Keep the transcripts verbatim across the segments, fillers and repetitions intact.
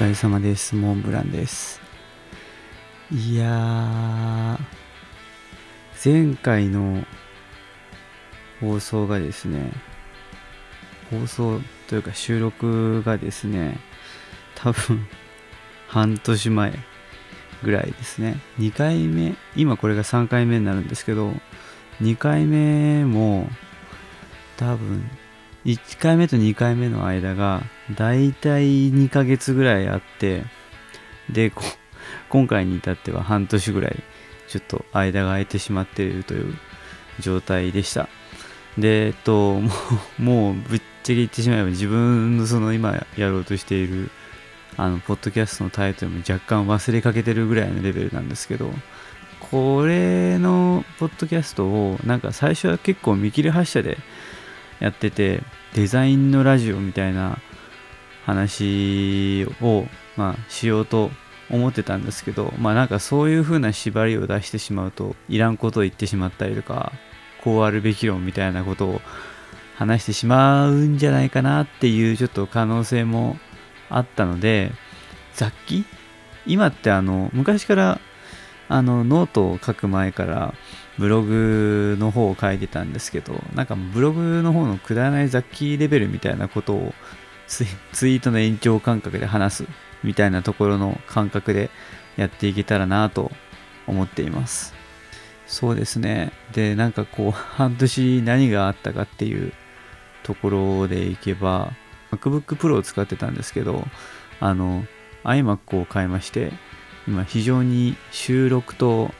疲れ様です。モンブランです。いやー、前回の放送がですね、放送というか収録がですね、多分半年前ぐらいですね。にかいめ、今これがさんかいめになるんですけど、にかいめも多分いっかいめとにかいめの間がだいたいにかげつぐらいあって、で今回に至っては半年ぐらいちょっと間が空いてしまっているという状態でした。でえっともうもうぶっちゃけ言ってしまえば、自分のその今やろうとしているあのポッドキャストのタイトルも若干忘れかけてるぐらいのレベルなんですけど、これのポッドキャストをなんか最初は結構見切り発車でやってて、デザインのラジオみたいな話をまあしようと思ってたんですけど、まあなんかそういう風な縛りを出してしまうといらんことを言ってしまったりとか、こうあるべき論みたいなことを話してしまうんじゃないかなっていうちょっと可能性もあったので、雑記今ってあの昔からあのノートを書く前からブログの方を書いてたんですけど、なんかブログの方のくだらない雑記レベルみたいなことをツイ、ツイートの延長感覚で話すみたいなところの感覚でやっていけたらなと思っています。そうですね。で、なんかこう半年何があったかっていうところでいけば、 MacBook Pro を使ってたんですけど、あの iMac を買いまして、今非常に収録と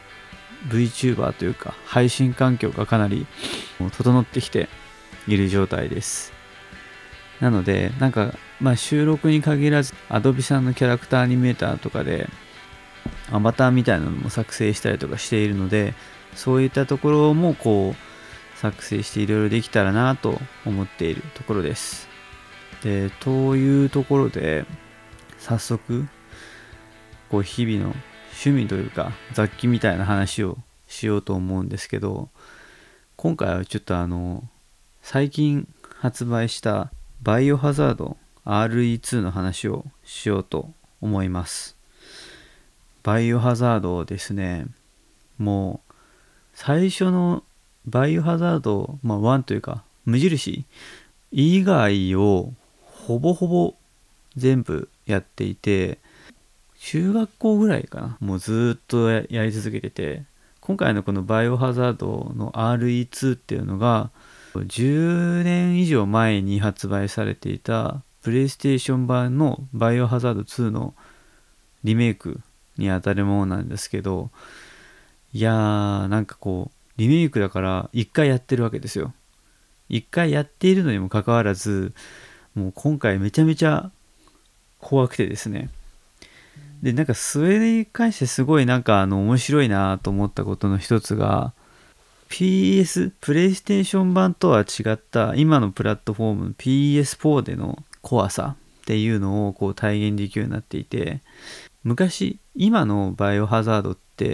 VTuber というか配信環境がかなり整ってきている状態です。なのでなんかまあ収録に限らず Adobe さんのキャラクターアニメーターとかでアバターみたいなのも作成したりとかしているので、そういったところもこう作成していろいろできたらなと思っているところです。で、というところで早速こう日々の趣味というか雑記みたいな話をしようと思うんですけど、今回はちょっとあの最近発売したバイオハザード アールイーツー の話をしようと思います。バイオハザードですね、もう最初のバイオハザード、まあ、ワンというか無印以外をほぼほぼ全部やっていて、中学校ぐらいかな、もうずっとやり続けてて、今回のこのバイオハザードの アールイーツー っていうのがじゅうねん以上前に発売されていたプレイステーション版のバイオハザードツーのリメイクにあたるものなんですけど、いやーなんかこうリメイクだから一回やってるわけですよ。一回やっているのにもかかわらず、もう今回めちゃめちゃ怖くてですね。で、なんかそれに関してすごいなんかあの面白いなと思ったことの一つが、 ピーエス プレイステーション版とは違った今のプラットフォーム ピーエスフォー での怖さっていうのをこう体現できるようになっていて、昔今のバイオハザードって、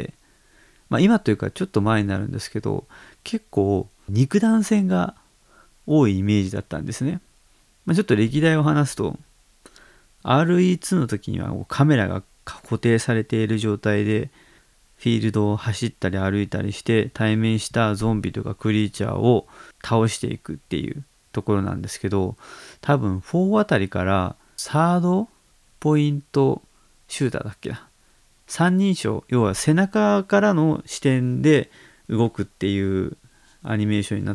まあ今というかちょっと前になるんですけど、結構肉弾戦が多いイメージだったんですね。まあ、ちょっと歴代を話すと アールイーツー の時にはカメラが固定されている状態でフィールドを走ったり歩いたりして対面したゾンビとかクリーチャーを倒していくっていうところなんですけど、多分フォーあたりからサードポイントシューターだっけな、三人称、要は背中からの視点で動くっていうアニメーションになって、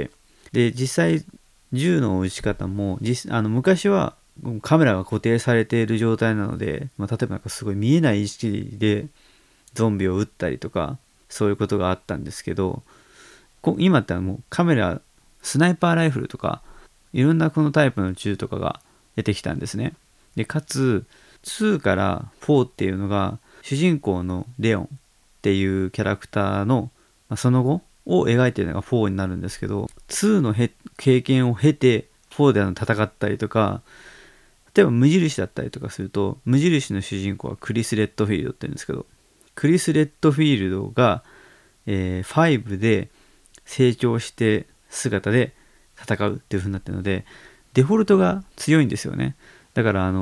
で実際銃の撃ち方も実あの昔はカメラが固定されている状態なので、まあ、例えばなんかすごい見えない意識でゾンビを撃ったりとかそういうことがあったんですけど、今ってもうカメラ、スナイパーライフルとかいろんなこのタイプの銃とかが出てきたんですね。でかつツーからフォーっていうのが主人公のレオンっていうキャラクターの、まあ、その後を描いているのがフォーになるんですけど、ツーのへ経験を経てフォーであの戦ったりとか、例えば無印だったりとかすると、無印の主人公はクリス・レッドフィールドって言うんですけど、クリス・レッドフィールドが、えー、ファイブで成長して姿で戦うっていう風になってるので、デフォルトが強いんですよね。だからあの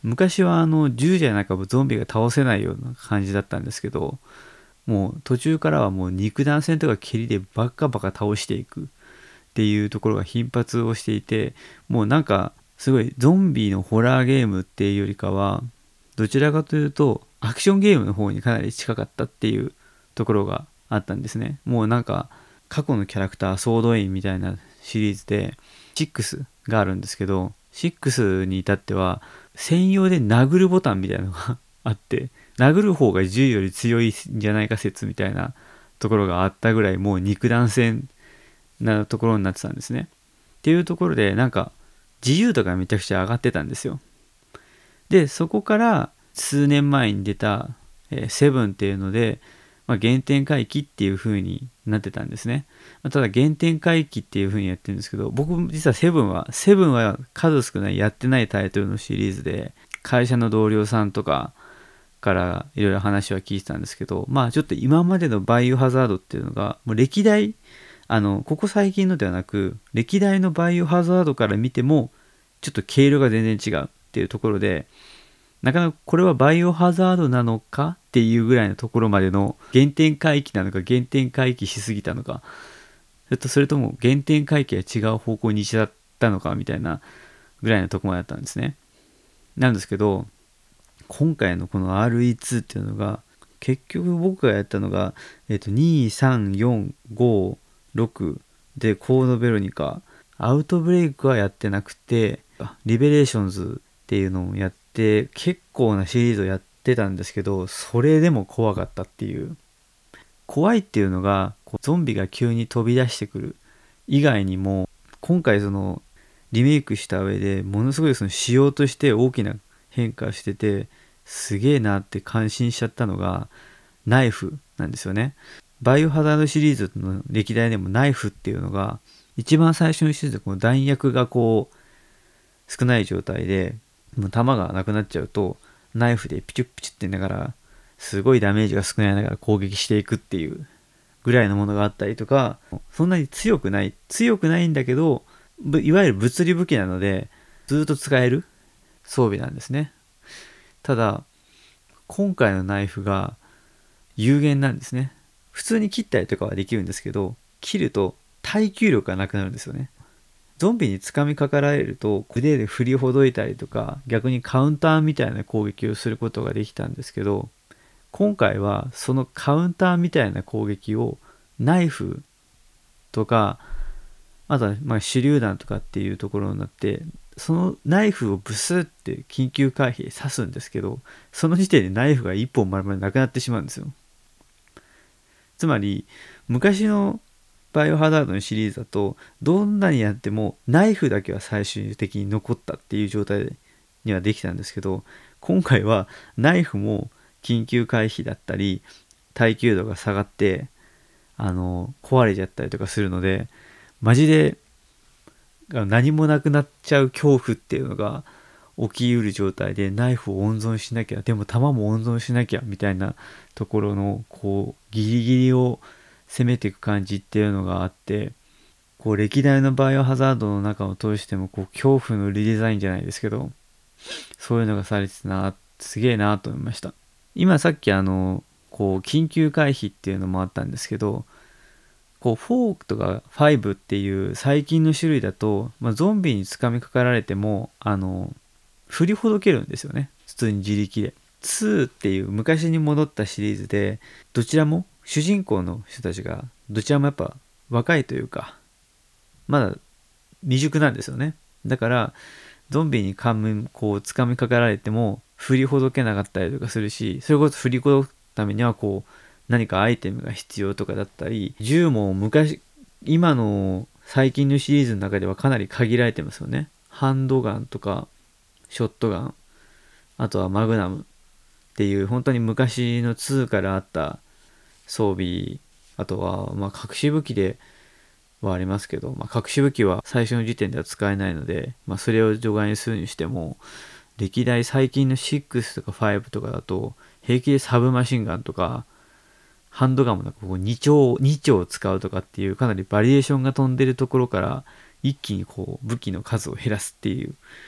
昔はあの銃じゃなくゾンビが倒せないような感じだったんですけど、もう途中からはもう肉弾戦とか蹴りでバカバカ倒していくっていうところが頻発をしていて、もうなんかすごいゾンビのホラーゲームっていうよりかはどちらかというとアクションゲームの方にかなり近かったっていうところがあったんですね。もうなんか過去のキャラクターソードインみたいなシリーズでシックスがあるんですけど、シックスに至っては専用で殴るボタンみたいなのがあって、殴る方が銃より強いんじゃないか説みたいなところがあったぐらい、もう肉弾戦なところになってたんですね。っていうところでなんか自由度がめちゃくちゃ上がってたんですよ。でそこから数年前に出た、えー、セブンっていうので、まあ、原点回帰っていう風になってたんですね。まあ、ただ原点回帰っていう風にやってるんですけど、僕実はセブンはセブンは数少ないやってないタイトルのシリーズで、会社の同僚さんとかからいろいろ話は聞いてたんですけど、まあちょっと今までのバイオハザードっていうのがもう歴代、あのここ最近のではなく歴代のバイオハザードから見てもちょっと毛色が全然違うっていうところで、なかなかこれはバイオハザードなのかっていうぐらいのところまでの原点回帰なのか、原点回帰しすぎたのか、それとそれとも原点回帰は違う方向にしちゃったのかみたいなぐらいのところまでだったんですね。なんですけど今回のこの アールイーツー っていうのが結局僕がやったのが、えっと、に、さん、よん、ご、ろくでコードベロニカ、アウトブレイクはやってなくて、リベレーションズっていうのをやって結構なシリーズをやってたんですけど、それでも怖かったっていう。怖いっていうのがこうゾンビが急に飛び出してくる以外にも、今回そのリメイクした上でものすごいその仕様として大きな変化してて、すげえなって感心しちゃったのがナイフなんですよね。バイオハザードシリーズの歴代でもナイフっていうのが一番最初のシリーズでこの弾薬がこう少ない状態でもう弾がなくなっちゃうとナイフでピチュッピチュッって言いながらすごいダメージが少ないながら攻撃していくっていうぐらいのものがあったりとか、そんなに強くない強くないんだけどいわゆる物理武器なのでずっと使える装備なんですね。ただ今回のナイフが有限なんですね。普通に切ったりとかはできるんですけど、切ると耐久力がなくなるんですよね。ゾンビに掴みかかられると腕で振りほどいたりとか逆にカウンターみたいな攻撃をすることができたんですけど、今回はそのカウンターみたいな攻撃をナイフとか、あとはまあ手榴弾とかっていうところになって、そのナイフをブスって緊急回避で刺すんですけど、その時点でナイフが一本丸々なくなってしまうんですよ。つまり昔のバイオハザードのシリーズだとどんなにやってもナイフだけは最終的に残ったっていう状態にはできたんですけど、今回はナイフも緊急回避だったり耐久度が下がってあの壊れちゃったりとかするので、マジで何もなくなっちゃう恐怖っていうのが起きうる状態で、ナイフを温存しなきゃ、でも弾も温存しなきゃみたいなところのこうギリギリを攻めていく感じっていうのがあって、こう歴代のバイオハザードの中を通してもこう恐怖のリデザインじゃないですけど、そういうのがされてたな、すげえなと思いました。今さっきあのこう緊急回避っていうのもあったんですけど、こうフォークとかファイブっていう最近の種類だと、まあ、ゾンビに掴みかかられてもあの振りほどけるんですよね、普通に自力で。ツーっていう昔に戻ったシリーズで、どちらも主人公の人たちがどちらもやっぱ若いというかまだ未熟なんですよね。だからゾンビに噛むこう掴みかかられても振りほどけなかったりとかするし、それこそ振りほどくためにはこう何かアイテムが必要とかだったり、銃も昔今の最近のシリーズの中ではかなり限られてますよね。ハンドガンとかショットガン、あとはマグナムっていう本当に昔のツーからあった装備、あとはまあ隠し武器ではありますけど、まあ、隠し武器は最初の時点では使えないので、まあ、それを除外にするにしても、歴代最近のシックスとかファイブとかだと平気でサブマシンガンとかハンドガンもなんかこうに丁に丁使うとかっていうかなりバリエーションが飛んでるところから一気にこう武器の数を減らすっていう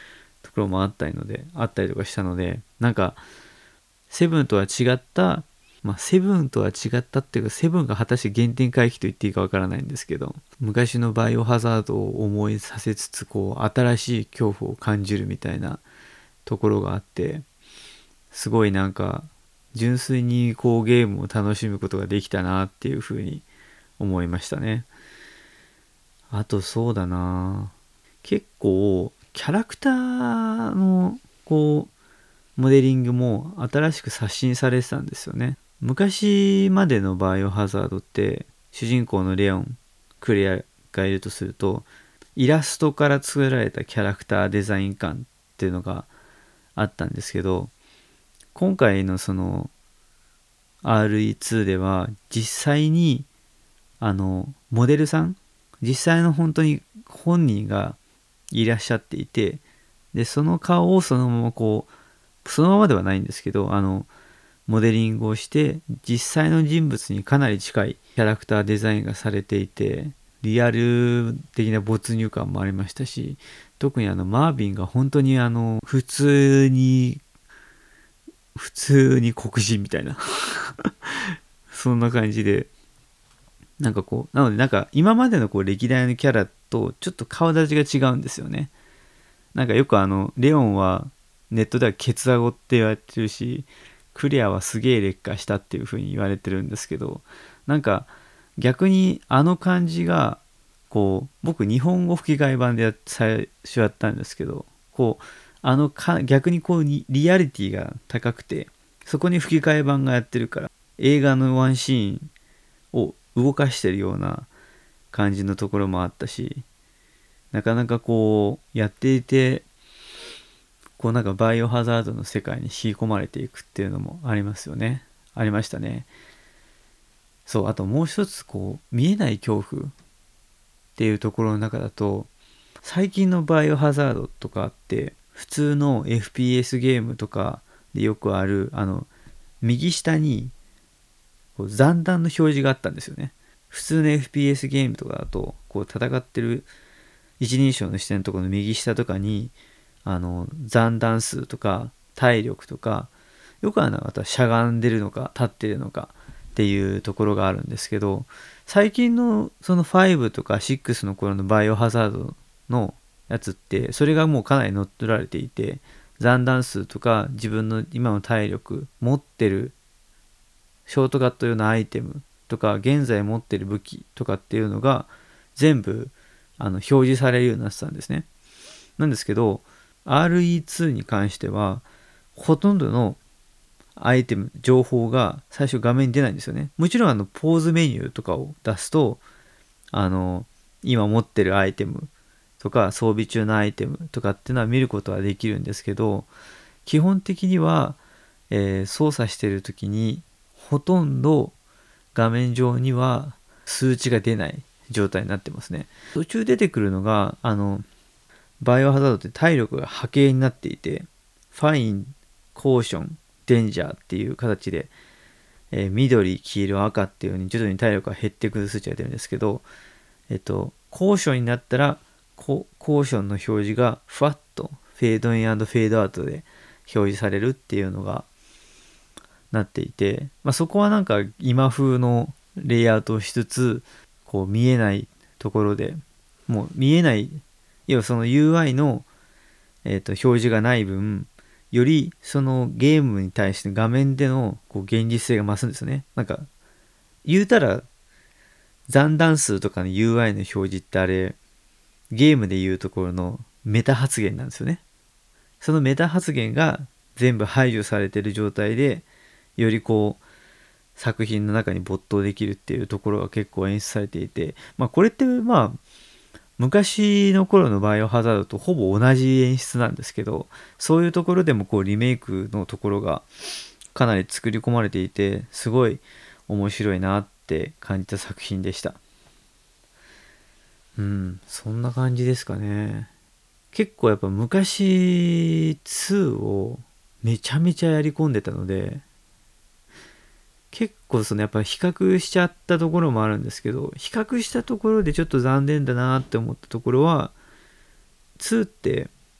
ところもあったりのであったりとかしたので、なんかセブンとは違った、まあセブンとは違ったっていうか、セブンが果たして原点回帰と言っていいかわからないんですけど、昔のバイオハザードを思いさせつつ、こう新しい恐怖を感じるみたいなところがあって、すごいなんか純粋にこうゲームを楽しむことができたなっていうふうに思いましたね。あとそうだな、結構キャラクターのこうモデリングも新しく刷新されてたんですよね。昔までのバイオハザードって主人公のレオン、クレアがいるとすると、イラストから作られたキャラクターデザイン感っていうのがあったんですけど、今回のその アールイーツー では実際にあのモデルさん、実際の本当に本人がいらっしゃっていて、でその顔をそのままこうそのままではないんですけど、あのモデリングをして実際の人物にかなり近いキャラクターデザインがされていて、リアル的な没入感もありましたし、特にあのマービンが本当にあの普通に普通に黒人みたいなそんな感じで、なんかこうなのでなんか今までのこう歴代のキャラとちょっと顔立ちが違うんですよね。なんかよくあのレオンはネットではケツアゴって言われてるし、クレアはすげえ劣化したっていう風に言われてるんですけど、なんか逆にあの感じがこう、僕日本語吹き替え版でや最初やったんですけど、こうあのか逆にこうにリアリティが高くて、そこに吹き替え版がやってるから映画のワンシーンを動かしてるような感じのところもあったし、なかなかこうやっていてこうなんかバイオハザードの世界に引き込まれていくっていうのもありますよね。ありましたね。そう、あともう一つこう見えない恐怖っていうところの中だと、最近のバイオハザードとかって普通の エフピーエス ゲームとかでよくあるあの右下にこう残弾の表示があったんですよね。普通の エフピーエス ゲームとかだとこう戦ってる一人称の視点のところの右下とかにあの残弾数とか体力とか、よくあのあとはしゃがんでるのか立ってるのかっていうところがあるんですけど、最近のそのごとかろくの頃のバイオハザードのやつってそれがもうかなり乗っ取られていて、残弾数とか自分の今の体力、持ってるショートカット用のアイテムとか現在持ってる武器とかっていうのが全部あの表示されるようになってたんですね。なんですけど アールイーツー に関してはほとんどのアイテム情報が最初画面に出ないんですよね。もちろんあのポーズメニューとかを出すとあの今持ってるアイテムとか装備中のアイテムとかっていうのは見ることはできるんですけど、基本的には、えー操作している時にほとんど画面上には数値が出ない状態になってますね。途中出てくるのがあのバイオハザードって体力が波形になっていて、ファイン、コーション、デンジャーっていう形で、えー緑、黄色、赤っていうように徐々に体力が減ってくる数値が出るんですけど、えっと、コーションになったらコ、コーションの表示がふわっとフェードイン&フェードアウトで表示されるっていうのがなっていて、まあ、そこはなんか今風のレイアウトをしつつ、こう見えないところでもう見えない、要はその ユーアイ の、えーと表示がない分、よりそのゲームに対して画面でのこう現実性が増すんですよね。なんか言うたら残弾数とかの ユーアイ の表示ってあれゲームで言うところのメタ発言なんですよね。そのメタ発言が全部排除されている状態で、よりこう作品の中に没頭できるっていうところが結構演出されていて、まあこれってまあ昔の頃のバイオハザードとほぼ同じ演出なんですけど、そういうところでもこうリメイクのところがかなり作り込まれていて、すごい面白いなって感じた作品でした。うん、そんな感じですかね。結構やっぱ昔ツーをめちゃめちゃやり込んでたので、結構そのやっぱ比較しちゃったところもあるんですけど、比較したところでちょっと残念だなって思ったところは、ツーって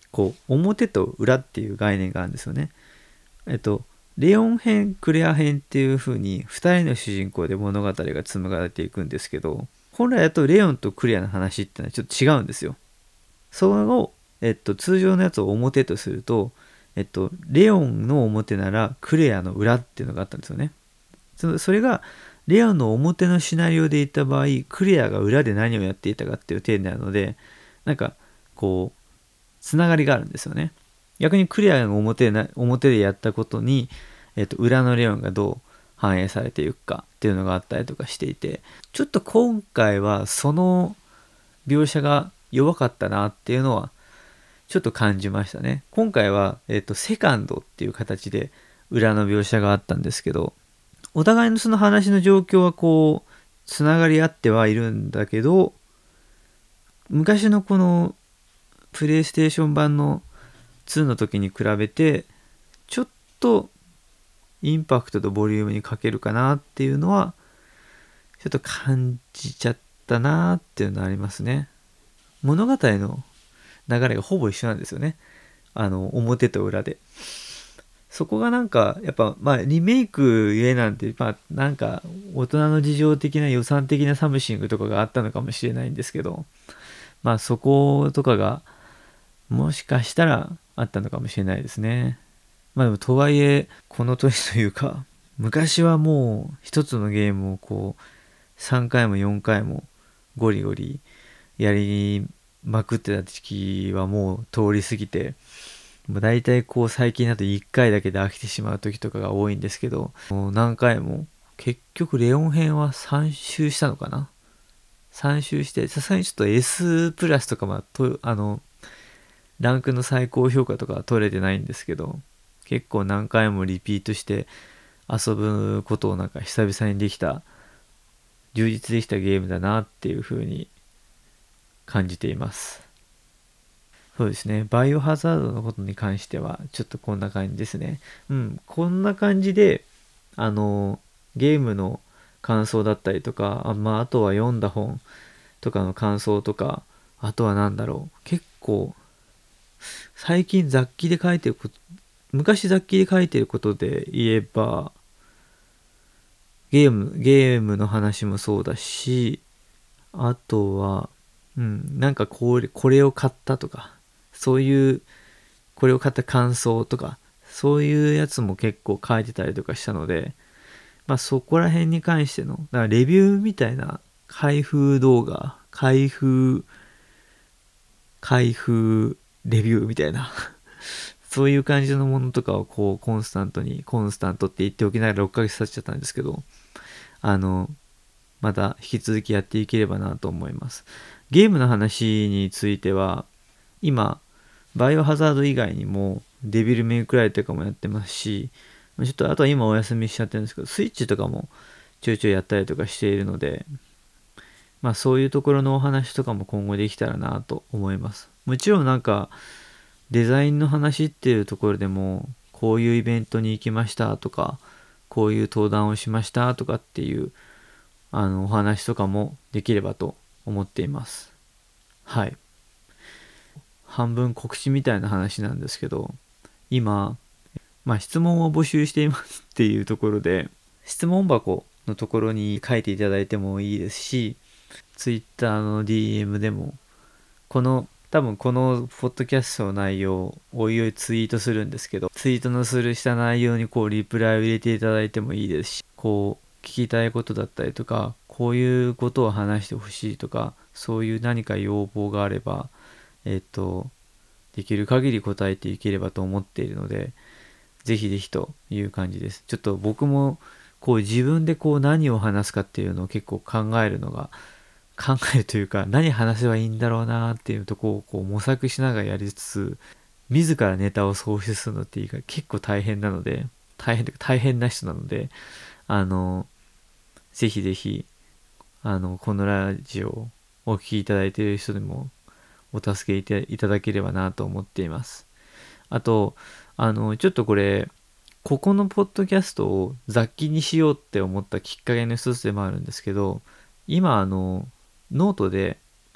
こう表と裏っていう概念があるんですよね。えっとレオン編クレア編っていう風にふたりの主人公で物語が紡がれていくんですけど、本来だとレオンとクレアの話ってのはちょっと違うんですよ。それを、えっと、通常のやつを表とすると、えっと、レオンの表ならクレアの裏っていうのがあったんですよね。そそれがレオンの表のシナリオで言った場合、クレアが裏で何をやっていたかっていう体なので、なんかこうつながりがあるんですよね。逆にクレアが表で表でやったことに、えっと、裏のレオンがどう反映されていくかっていうのがあったりとかしていて、ちょっと今回はその描写が弱かったなっていうのはちょっと感じましたね。今回は、えっと、セカンドっていう形で裏の描写があったんですけど、お互いのその話の状況はこうつながり合ってはいるんだけど、昔のこのプレイステーション版のツーの時に比べてちょっとインパクトとボリュームに欠けるかなっていうのはちょっと感じちゃったなっていうのはありますね。物語の流れがほぼ一緒なんですよね。あの表と裏で。そこがなんかやっぱまあリメイクゆえなんてまあなんか大人の事情的な予算的なサムシングとかがあったのかもしれないんですけど、まあそことかがもしかしたらあったのかもしれないですね。まあでもとはいえこの年というか昔はもう一つのゲームをこうさんかいもよんかいもゴリゴリやりまくってた時期はもう通り過ぎて、もう大体こう最近だといっかいだけで飽きてしまう時とかが多いんですけど、もう何回も結局レオン編はさん周したのかな、さん周して、さすがにちょっと S プラスとかまとあのランクの最高評価とかは取れてないんですけど、結構何回もリピートして遊ぶことをなんか久々にできた充実できたゲームだなっていう風に感じています。そうですね。バイオハザードのことに関してはちょっとこんな感じですね。うん、こんな感じであのゲームの感想だったりとか、あ、まあ、あとは読んだ本とかの感想とか、あとは何だろう、結構最近雑記で書いてること、昔雑記で書いてることで言えば、ゲーム、ゲームの話もそうだし、あとは、うん、なんかこれ、これを買ったとか、そういう、これを買った感想とか、そういうやつも結構書いてたりとかしたので、まあそこら辺に関しての、だからレビューみたいな開封動画、開封、開封レビューみたいなそういう感じのものとかをこうコンスタントに、コンスタントって言っておきながらろっかげつ経っちゃったんですけど、あの、また引き続きやっていければなと思います。ゲームの話については、今、バイオハザード以外にもデビルメイクライとかもやってますし、ちょっとあとは今お休みしちゃってるんですけど、スイッチとかもちょいちょいやったりとかしているので、まあそういうところのお話とかも今後できたらなと思います。もちろんなんかデザインの話っていうところでも、こういうイベントに行きましたとか、こういう登壇をしましたとかっていうあのお話とかもできればと思っています。はい。半分告知みたいな話なんですけど、今、まあ、質問を募集していますっていうところで、質問箱のところに書いていただいてもいいですし、Twitter の ディーエム でも、この、多分このポッドキャストの内容をおいおいツイートするんですけど、ツイートのするした内容にこうリプライを入れていただいてもいいですし、こう聞きたいことだったりとか、こういうことを話してほしいとか、そういう何か要望があれば、えっと、できる限り答えていければと思っているので、ぜひぜひという感じです。ちょっと僕もこう自分でこう何を話すかっていうのを結構考えるのが、考えるというか何話せばいいんだろうなっていうところをこう模索しながらやりつつ、自らネタを創出するのって結構大変なので、大変というか大変な人なので、あの、ぜひぜひ、あの、このラジオをお聞きいただいている人でもお助けいただければなと思っています。あと、あの、ちょっとこれ、ここのポッドキャストを雑記にしようって思ったきっかけの一つでもあるんですけど、今、あの、ノートで、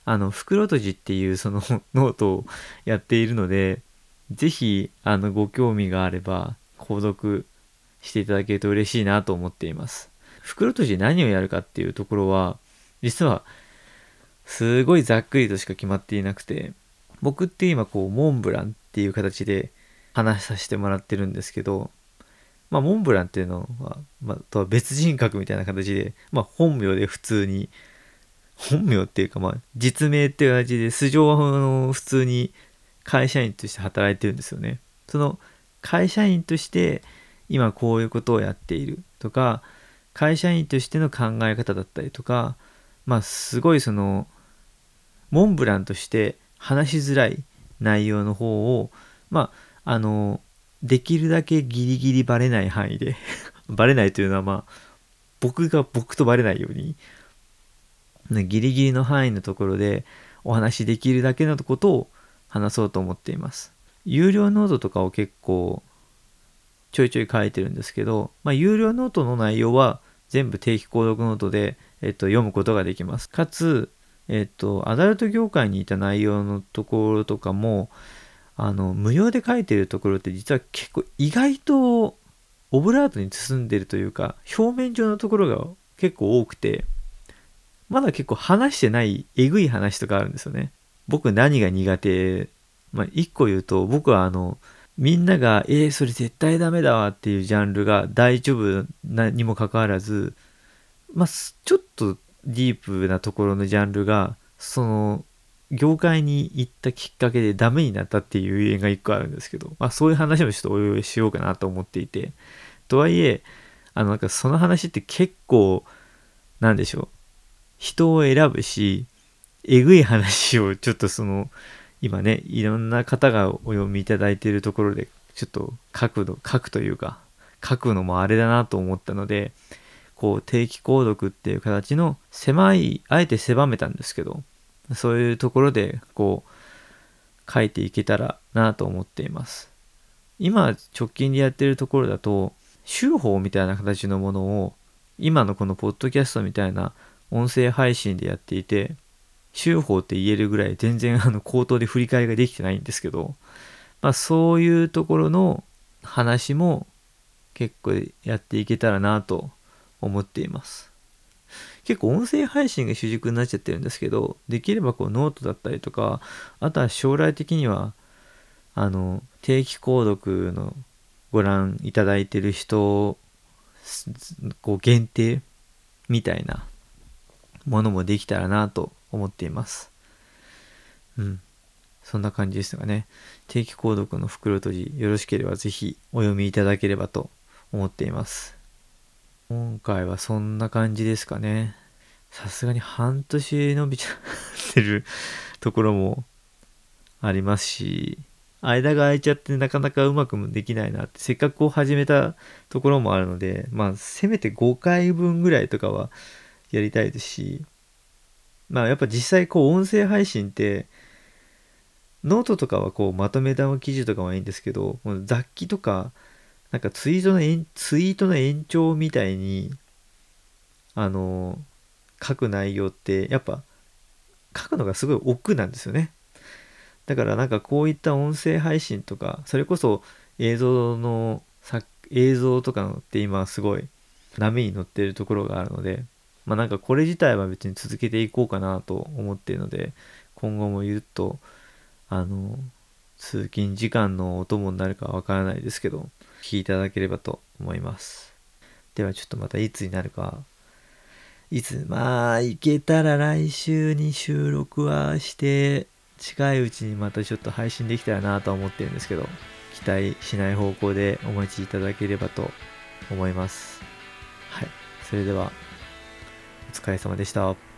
あの袋閉じっていうそのノートをやっているので、ぜひあのご興味があれば購読していただけると嬉しいなと思っています。袋閉じ何をやるかっていうところは実はすごいざっくりとしか決まっていなくて、僕って今こうモンブランっていう形で話させてもらってるんですけど、まあモンブランっていうのは、まあ、とは別人格みたいな形で、まあ本名で普通に、本名っていうかまあ実名っていう形で素性はの普通に会社員として働いてるんですよね。その会社員として今こういうことをやっているとか、会社員としての考え方だったりとか、まあすごいそのモンブランとして話しづらい内容の方を、まああのできるだけギリギリバレない範囲でバレないというのはまあ僕が僕とバレないようにギリギリの範囲のところでお話しできるだけのことを話そうと思っています。有料ノートとかを結構ちょいちょい書いてるんですけど、まあ、有料ノートの内容は全部定期購読ノートで、えっと、読むことができます。かつ、えっと、アダルト業界にいた内容のところとかも、あの、無料で書いてるところって実は結構意外とオブラートに包んでるというか、表面上のところが結構多くて、まだ結構話してないえぐい話とかあるんですよね。僕何が苦手、まあ、一個言うと、僕はあの、みんなが、えー、それ絶対ダメだわっていうジャンルが大丈夫なにもかかわらず、まあ、ちょっとディープなところのジャンルが、その、業界に行ったきっかけでダメになったっていう例が一個あるんですけど、まあそういう話もちょっとおいおいしようかなと思っていて、とはいえ、あのなんかその話って結構、なんでしょう、人を選ぶし、えぐい話をちょっとその、今ね、いろんな方がお読みいただいているところで、ちょっと書くの、書くというか、書くのもあれだなと思ったので、こう定期購読っていう形の狭い、あえて狭めたんですけど、そういうところでこう書いていけたらなと思っています。今直近でやってるところだと、週報みたいな形のものを今のこのポッドキャストみたいな音声配信でやっていて、週報って言えるぐらい全然あの口頭で振り返りができてないんですけど、まあそういうところの話も結構やっていけたらなと思っています。結構音声配信が主軸になっちゃってるんですけど、できればこうノートだったりとか、あとは将来的にはあの定期購読のご覧いただいてる人こう限定みたいなものもできたらなと思っています。うん。そんな感じですがね。定期購読の袋閉じ、よろしければぜひお読みいただければと思っています。今回はそんな感じですかね。さすがに半年伸びちゃってるところもありますし、間が空いちゃってなかなかうまくもできないなって、せっかくこう始めたところもあるので、まあせめてごかいぶんぐらいとかはやりたいですし、まあやっぱ実際こう音声配信って、ノートとかはこうまとめた記事とかはいいんですけど、もう雑記とか、なんかツイートの延ツイートの延長みたいに、あの書く内容ってやっぱ書くのがすごい億劫なんですよね。だからなんかこういった音声配信とか、それこそ映像の映像とかのって今すごい波に乗ってるところがあるので、まあなんかこれ自体は別に続けていこうかなと思っているので、今後もゆっとあの通勤時間のお供になるかわからないですけど、聞いていただければと思います。ではちょっとまたいつになるか、いつまあ行けたら来週に収録はして近いうちにまたちょっと配信できたらなとは思ってるんですけど、期待しない方向でお待ちいただければと思います。はい、それではお疲れ様でした。